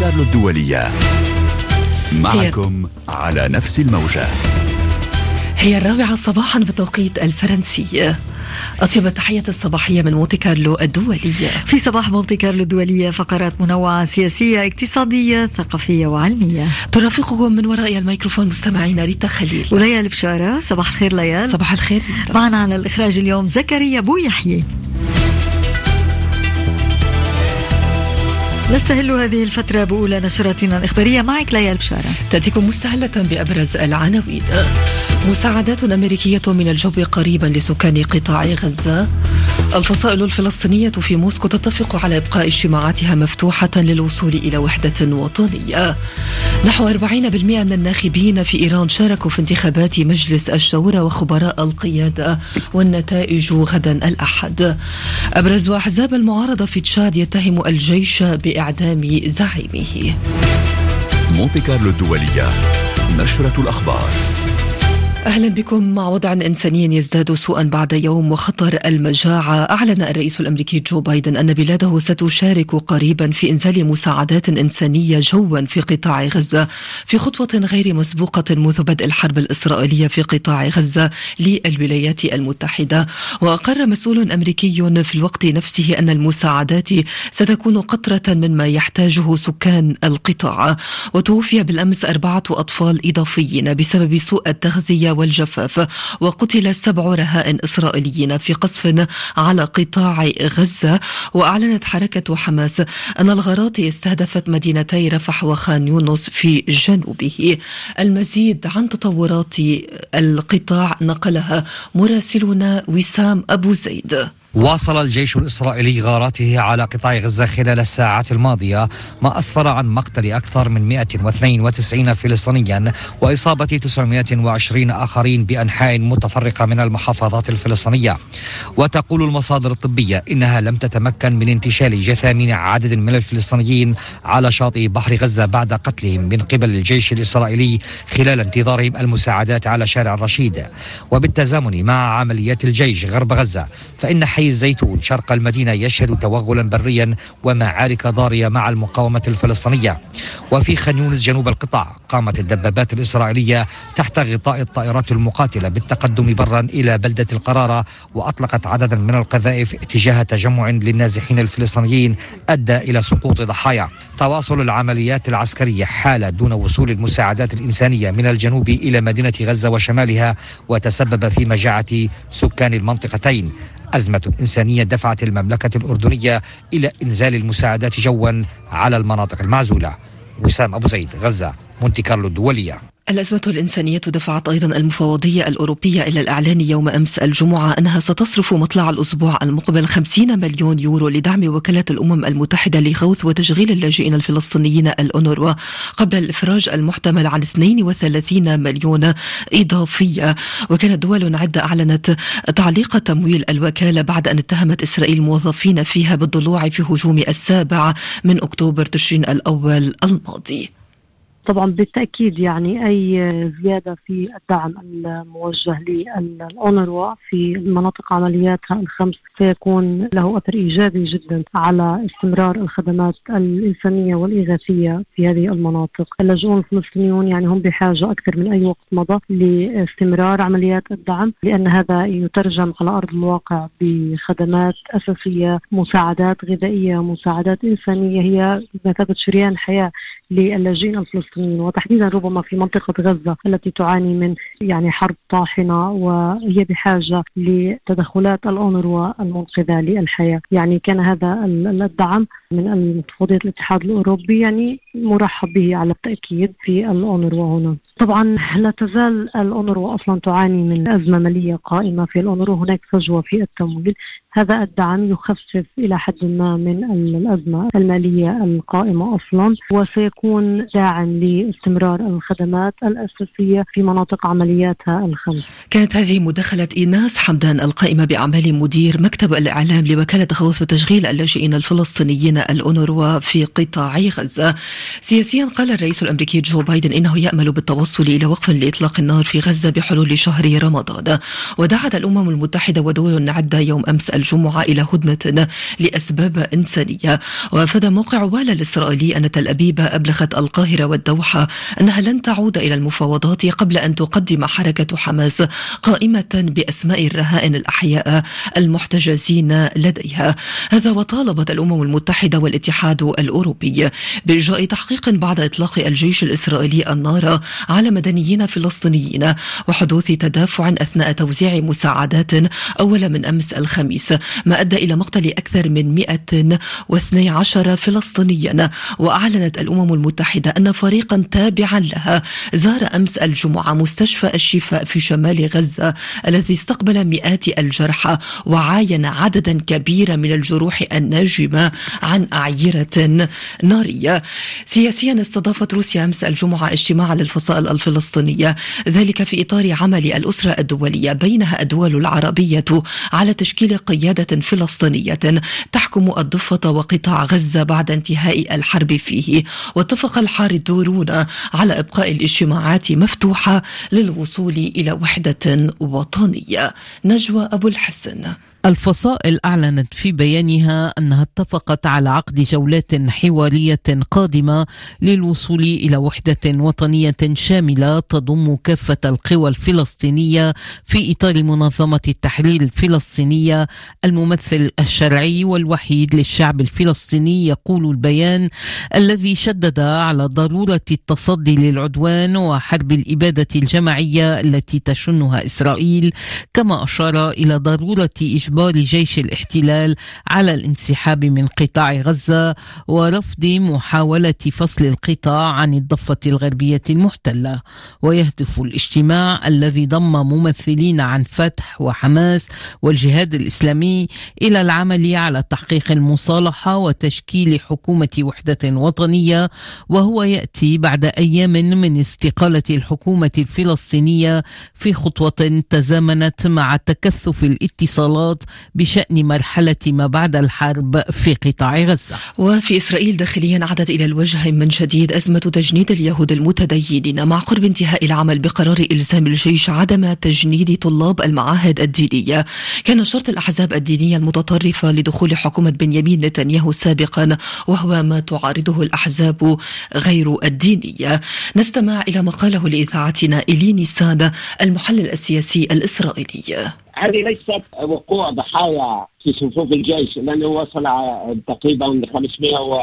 كارلو الدولية معكم على نفس الموجة. هي 4 صباحا بالتوقيت الفرنسي. أطيب التحية الصباحية من مونتي كارلو الدولية. في صباح مونتي كارلو الدولية فقرات منوعة سياسية اقتصادية ثقافية وعلمية. ترافقكم من وراء الميكروفون مستمعينا ريتا خليل وليال بشارة. صباح الخير ليال. صباح الخير ريتا. معنا على الإخراج اليوم زكريا بويحيى. نستهل هذه الفترة بأولى نشراتنا الإخبارية. معك ليال بشارة. تأتيكم مستهلة بأبرز العناوين. مساعدات أمريكية من الجو قريبا لسكان قطاع غزة. الفصائل الفلسطينية في موسكو تتفق على إبقاء اجتماعاتها مفتوحة للوصول إلى وحدة وطنية. نحو 40% من الناخبين في إيران شاركوا في انتخابات مجلس الشورى وخبراء القيادة، والنتائج غدا الأحد. أبرز أحزاب المعارضة في تشاد يتهم الجيش بإعدام زعيمه. مونتي كارلو الدولية نشرة الأخبار. أهلا بكم. مع وضع إنساني يزداد سوءا بعد يوم وخطر المجاعة، أعلن الرئيس الأمريكي جو بايدن أن بلاده ستشارك قريبا في إنزال مساعدات إنسانية جوا في قطاع غزة، في خطوة غير مسبوقة منذ بدء الحرب الإسرائيلية في قطاع غزة للولايات المتحدة. وأقر مسؤول أمريكي في الوقت نفسه أن المساعدات ستكون قطرة مما يحتاجه سكان القطاع. وتوفي بالأمس 4 أطفال إضافيين بسبب سوء التغذية والجفاف، وقتل 7 رهائن إسرائيليين في قصف على قطاع غزة. وأعلنت حركة حماس أن الغارات استهدفت مدينتي رفح وخان يونس في جنوبه. المزيد عن تطورات القطاع نقلها مراسلنا وسام أبو زيد. واصل الجيش الإسرائيلي غاراته على قطاع غزة خلال الساعات الماضية، ما أسفر عن مقتل أكثر من 192 فلسطينيا وإصابة 920 آخرين بأنحاء متفرقة من المحافظات الفلسطينية. وتقول المصادر الطبية إنها لم تتمكن من انتشال جثامين عدد من الفلسطينيين على شاطئ بحر غزة بعد قتلهم من قبل الجيش الإسرائيلي خلال انتظارهم المساعدات على شارع الرشيد. وبالتزامن مع عمليات الجيش غرب غزة، فإن حي الزيتون شرق المدينة يشهد توغلا بريا ومعارك ضارية مع المقاومة الفلسطينية. وفي خان يونس جنوب القطاع قامت الدبابات الإسرائيلية تحت غطاء الطائرات المقاتلة بالتقدم برا إلى بلدة القرارة، وأطلقت عددا من القذائف اتجاه تجمع للنازحين الفلسطينيين أدى إلى سقوط ضحايا. تواصل العمليات العسكرية حال دون وصول المساعدات الإنسانية من الجنوب إلى مدينة غزة وشمالها، وتسبب في مجاعة سكان المنطقتين. أزمة إنسانية دفعت المملكة الأردنية إلى إنزال المساعدات جوا على المناطق المعزولة. وسام أبو زيد، غزة، مونتي كارلو الدولية. الأزمة الإنسانية دفعت أيضا المفوضية الأوروبية إلى الإعلان يوم أمس الجمعة أنها ستصرف مطلع الأسبوع المقبل 50 مليون يورو لدعم وكالة الأمم المتحدة لغوث وتشغيل اللاجئين الفلسطينيين الأونروا، قبل الإفراج المحتمل عن 32 مليون إضافية. وكانت دول عدة أعلنت تعليق تمويل الوكالة بعد أن اتهمت إسرائيل موظفين فيها بالضلوع في هجوم 7 أكتوبر تشرين الأول الماضي. طبعا بالتأكيد يعني أي زيادة في الدعم الموجه للأونروا في مناطق عملياتها الخمس سيكون له أثر إيجابي جدا على استمرار الخدمات الإنسانية والإغاثية في هذه المناطق. اللاجئون الفلسطينيون يعني هم بحاجة أكثر من أي وقت مضى لاستمرار عمليات الدعم، لأن هذا يترجم على أرض الواقع بخدمات أساسية، مساعدات غذائية، مساعدات إنسانية هي بمثابة شريان حياة للاجئين الفلسطينيين، وتحديدا ربما في منطقة غزة التي تعاني من يعني حرب طاحنة، وهي بحاجة لتدخلات الأونروا المنقذة للحياة. يعني كان هذا الدعم من مفوضية الاتحاد الأوروبي يعني مرحب به على التأكيد في الأونروا هنا. طبعا لا تزال الأونروا أصلا تعاني من أزمة مالية قائمة في الأونروا، هناك فجوة في التمويل. هذا الدعم يخفف إلى حد ما من الأزمة المالية القائمة أصلا، وسيكون داعم لاستمرار الخدمات الأساسية في مناطق عملياتها الخمس. كانت هذه مداخلة إيناس حمدان القائمة بأعمال مدير مكتب الإعلام لوكالة غوث وتشغيل اللاجئين الفلسطينيين الأونروا في قطاع غزة. سياسيا قال الرئيس الأمريكي جو بايدن إنه يأمل بالتواصل بالتوصل إلى وقف لإطلاق النار في غزة بحلول شهر رمضان. ودعت الأمم المتحدة ودول عدة يوم أمس الجمعة إلى هدنة لأسباب إنسانية. وأفاد موقع والا الإسرائيلي أن تل أبيب أبلغت القاهرة والدوحة أنها لن تعود إلى المفاوضات قبل أن تقدم حركة حماس قائمة بأسماء الرهائن الأحياء المحتجزين لديها. هذا وطالبت الأمم المتحدة والاتحاد الأوروبي بإجراء تحقيق بعد إطلاق الجيش الإسرائيلي النار على مدنيين فلسطينيين وحدوث تدافع أثناء توزيع مساعدات أول من أمس الخميس، ما أدى إلى مقتل أكثر من 112 فلسطينيا. وأعلنت الأمم المتحدة أن فريقا تابعا لها زار أمس الجمعة مستشفى الشفاء في شمال غزة الذي استقبل مئات الجرحى وعاين عددا كبيرا من الجروح الناجمة عن أعيرة نارية. سياسيا استضافت روسيا أمس الجمعة اجتماعا للفصائل الفلسطينية، ذلك في إطار عمل الأسرة الدولية بينها الدول العربية على تشكيل قيادة فلسطينية تحكم الضفة وقطاع غزة بعد انتهاء الحرب فيه. واتفق الحاضرون على إبقاء الاجتماعات مفتوحة للوصول إلى وحدة وطنية. نجوى أبو الحسن. الفصائل أعلنت في بيانها أنها اتفقت على عقد جولات حوارية قادمة للوصول إلى وحدة وطنية شاملة تضم كافة القوى الفلسطينية في إطار منظمة التحرير الفلسطينية الممثل الشرعي والوحيد للشعب الفلسطيني. يقول البيان الذي شدد على ضرورة التصدي للعدوان وحرب الإبادة الجماعية التي تشنها إسرائيل، كما أشار إلى ضرورة إجبار جيش الاحتلال على الانسحاب من قطاع غزة ورفض محاولة فصل القطاع عن الضفة الغربية المحتلة. ويهدف الاجتماع الذي ضم ممثلين عن فتح وحماس والجهاد الإسلامي إلى العمل على تحقيق المصالحة وتشكيل حكومة وحدة وطنية، وهو يأتي بعد أيام من استقالة الحكومة الفلسطينية في خطوة تزامنت مع تكثف الاتصالات بشأن مرحلة ما بعد الحرب في قطاع غزة. وفي إسرائيل داخليا عادت إلى الوجه من جديد أزمة تجنيد اليهود المتدينين مع قرب انتهاء العمل بقرار إلزام الجيش عدم تجنيد طلاب المعاهد الدينية. كان شرط الأحزاب الدينية المتطرفة لدخول حكومة بنيامين نتنياهو سابقا، وهو ما تعارضه الأحزاب غير الدينية. نستمع إلى ما قاله لإذاعتنا إلي نيسان المحلل السياسي الإسرائيلي. هذه ليست وقوع ضحايا في صفوف الجيش، لأنه وصل تقريبا 500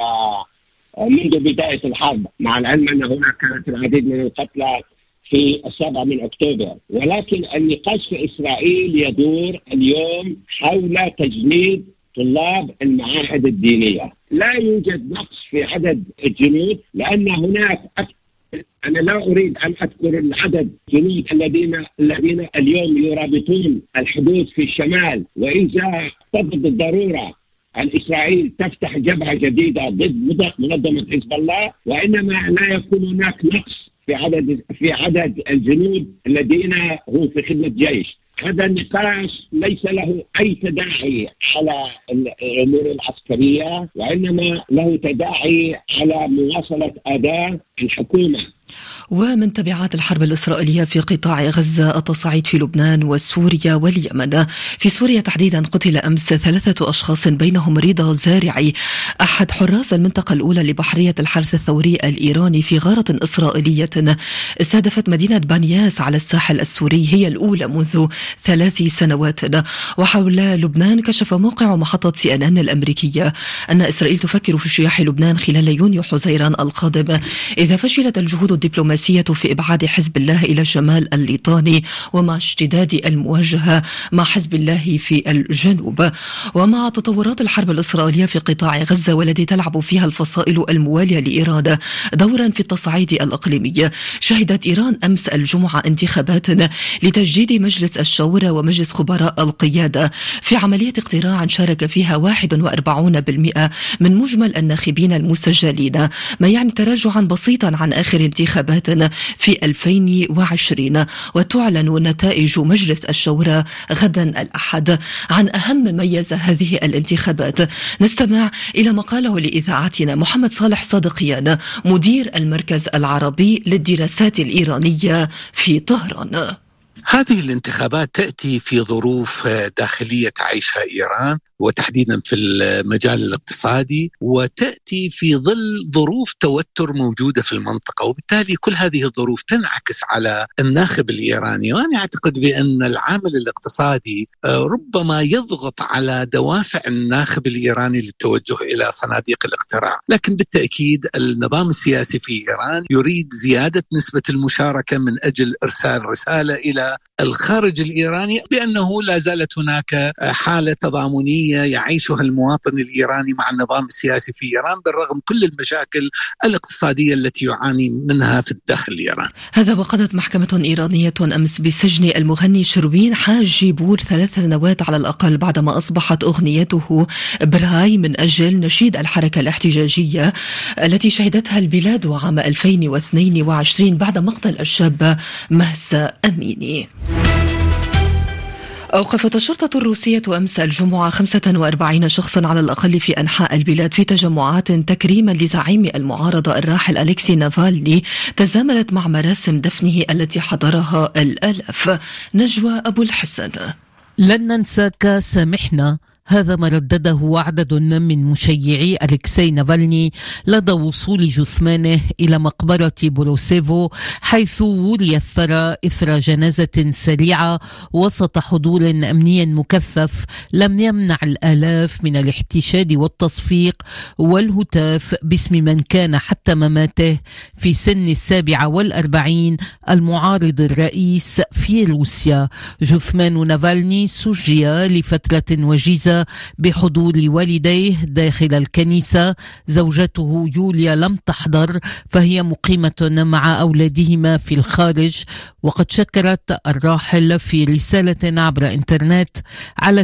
منذ بداية الحرب، مع العلم أن هناك كانت العديد من القتلى في 7 أكتوبر. ولكن النقاش في إسرائيل يدور اليوم حول تجنيد طلاب المعاهد الدينية. لا يوجد نقص في عدد الجنود، لأن هناك أنا لا أريد أن أذكر العدد الجنود الذين اليوم يرابطون الحدود في الشمال، وإذا اقتضت الضرورة أن إسرائيل تفتح جبهة جديدة ضد منظمة حزب الله، وإنما لا يكون هناك نقص في عدد الجنود الذين هم في خدمة جيش. هذا النقاش ليس له أي تداعي على الأمور العسكرية، وإنما له تداعي على مواصلة أداء الحكومة. ومن تبعات الحرب الإسرائيلية في قطاع غزة التصعيد في لبنان وسوريا واليمن. في سوريا تحديدا قتل أمس 3 أشخاص بينهم رضا زارعي أحد حراس المنطقة الأولى لبحرية الحرس الثوري الإيراني في غارة إسرائيلية استهدفت مدينة بانياس على الساحل السوري، هي الأولى منذ 3 سنوات. وحول لبنان كشف موقع محطة CNN الأمريكية أن إسرائيل تفكر في اجتياح لبنان خلال يونيو حزيران القادم إذا فشلت الجهود الدبلوماسية في إبعاد حزب الله إلى شمال الليطاني، ومع اشتداد المواجهة مع حزب الله في الجنوب. ومع تطورات الحرب الإسرائيلية في قطاع غزة والتي تلعب فيها الفصائل الموالية لإيران دورا في التصعيد الإقليمي، شهدت إيران أمس الجمعة انتخابات لتجديد مجلس الشعب الشورى ومجلس خبراء القيادة في عملية اقتراع شارك فيها 41% من مجمل الناخبين المسجلين، ما يعني تراجعا بسيطا عن آخر انتخابات في 2020. وتعلن نتائج مجلس الشورى غدا الأحد. عن أهم ميز هذه الانتخابات نستمع إلى ما قاله لإذاعتنا محمد صالح صادقيان، مدير المركز العربي للدراسات الإيرانية في طهران. هذه الانتخابات تأتي في ظروف داخلية تعيشها إيران، وتحديدا في المجال الاقتصادي، وتأتي في ظل ظروف توتر موجودة في المنطقة، وبالتالي كل هذه الظروف تنعكس على الناخب الإيراني. وأنا أعتقد بأن العامل الاقتصادي ربما يضغط على دوافع الناخب الإيراني للتوجه إلى صناديق الاقتراع، لكن بالتأكيد النظام السياسي في إيران يريد زيادة نسبة المشاركة من أجل إرسال رسالة إلى الخارج الإيراني بأنه لا زالت هناك حالة تضامنية يعيشها المواطن الإيراني مع النظام السياسي في إيران، بالرغم كل المشاكل الاقتصادية التي يعاني منها في الداخل الإيراني. هذا وقضت محكمة إيرانية أمس بسجن المغني شروين حاجبور 3 سنوات على الأقل بعدما أصبحت أغنيته براي من أجل نشيد الحركة الاحتجاجية التي شهدتها البلاد عام 2022 بعد مقتل الشاب مهسا أميني. أوقفت الشرطة الروسية أمس الجمعة 45 شخصا على الأقل في أنحاء البلاد في تجمعات تكريما لزعيم المعارضة الراحل أليكسي نافالني تزامنت مع مراسم دفنه التي حضرها الآلاف. نجوى أبو الحسن. لن ننساك سامحنا، هذا ما ردده عدد من مشيعي أليكسي نافالني لدى وصول جثمانه إلى مقبرة بروسيفو، حيث ولي الثرى إثر جنازة سريعة وسط حضور أمني مكثف لم يمنع الآلاف من الاحتشاد والتصفيق والهتاف باسم من كان حتى مماته في سن 47 المعارض الرئيس في روسيا. جثمان نافالني سجي لفترة وجيزة بحضور والديه داخل الكنيسة. زوجته يوليا لم تحضر، فهي مقيمة مع أولادهما في الخارج. وقد شكرت الراحل في رسالة عبر إنترنت على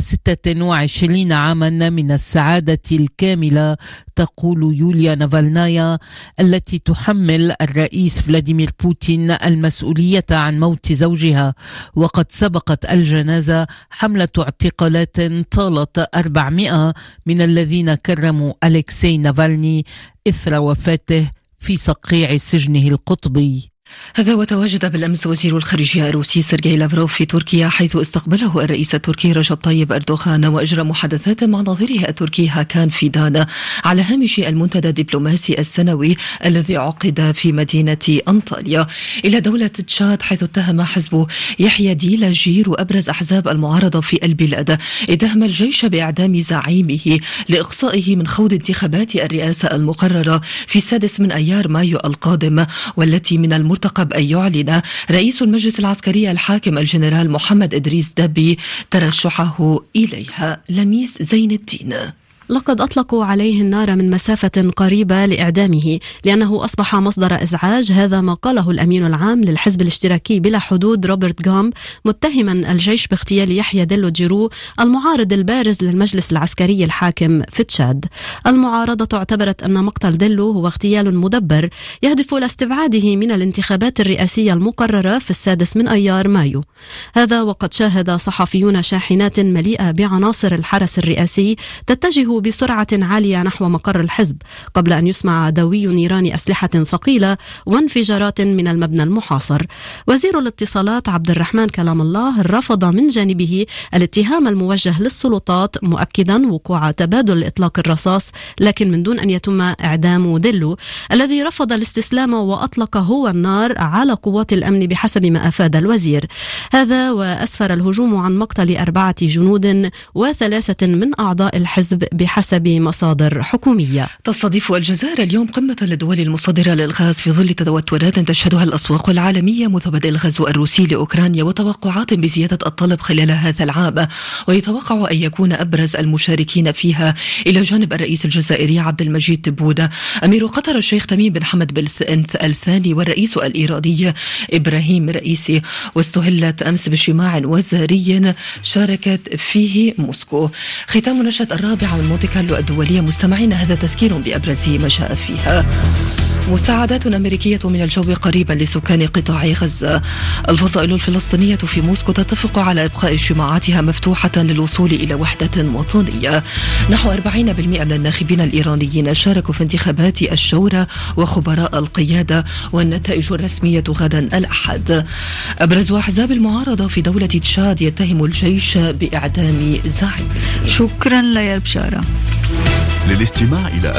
26 عاما من السعادة الكاملة، تقول يوليا نافالنايا التي تحمل الرئيس فلاديمير بوتين المسؤولية عن موت زوجها. وقد سبقت الجنازة حملة اعتقالات طالت 400 من الذين كرموا أليكسي نافالني إثر وفاته في صقيع سجنه القطبي. هذا وتواجد بالأمس وزير الخارجية الروسي سيرجي لافروف في تركيا، حيث استقبله الرئيس التركي رجب طيب أردوغان وأجرى محادثات مع نظيره التركي هاكان فيدان على هامش المنتدى الدبلوماسي السنوي الذي عقد في مدينة أنطاليا. إلى دولة تشاد، حيث اتهم حزب يحيى ديلاجير وأبرز أحزاب المعارضة في البلاد اتهم الجيش بإعدام زعيمه لإقصائه من خوض انتخابات الرئاسة المقررة في 6 من أيار مايو القادم، والتي من المرتقب أن يعلن رئيس المجلس العسكري الحاكم الجنرال محمد إدريس دبي ترشحه إليها. لميس زين الدين. لقد أطلقوا عليه النار من مسافة قريبة لإعدامه لأنه أصبح مصدر إزعاج. هذا ما قاله الأمين العام للحزب الاشتراكي بلا حدود روبرت جامب، متهما الجيش باغتيال يحيى ديلو جيرو المعارض البارز للمجلس العسكري الحاكم في تشاد. المعارضة اعتبرت أن مقتل ديلو هو اغتيال مدبر يهدف إلى استبعاده من الانتخابات الرئاسية المقررة في 6 من أيار مايو. هذا وقد شاهد صحفيون شاحنات مليئة بعناصر الحرس الرئاسي تتجه بسرعة عالية نحو مقر الحزب، قبل أن يسمع دوي نيران أسلحة ثقيلة وانفجارات من المبنى المحاصر. وزير الاتصالات عبد الرحمن كلام الله رفض من جانبه الاتهام الموجه للسلطات، مؤكدا وقوع تبادل إطلاق الرصاص لكن من دون أن يتم إعدام ديلو الذي رفض الاستسلام وأطلق هو النار على قوات الأمن بحسب ما أفاد الوزير. هذا وأسفر الهجوم عن مقتل 4 جنود و3 من أعضاء الحزب بحسب مصادر حكومية. تستضيف الجزائر اليوم قمة للدول المصدرة للغاز في ظل توترات تشهدها الأسواق العالمية منذ بدء الغزو الروسي لأوكرانيا وتوقعات بزيادة الطلب خلال هذا العام. ويتوقع أن يكون أبرز المشاركين فيها إلى جانب الرئيس الجزائري عبد المجيد تبونة أمير قطر الشيخ تميم بن حمد بن الثاني والرئيس الإيراني إبراهيم رئيسي. واستهلت أمس باجتماع وزاري شاركت فيه موسكو. ختام نشرة 4 من مونتي كارلو الدولية. مستمعين، هذا تذكير بأبرز ما جاء فيها. مساعدات أمريكية من الجو قريبا لسكان قطاع غزة. الفصائل الفلسطينية في موسكو تتفق على إبقاء اجتماعاتها مفتوحة للوصول إلى وحدة وطنية. نحو 40% من الناخبين الإيرانيين شاركوا في انتخابات الشورى وخبراء القيادة، والنتائج الرسمية غدا الأحد. أبرز أحزاب المعارضة في دولة تشاد يتهم الجيش بإعدام زعيم. شكرا ليا بشارة. للاستماع إلى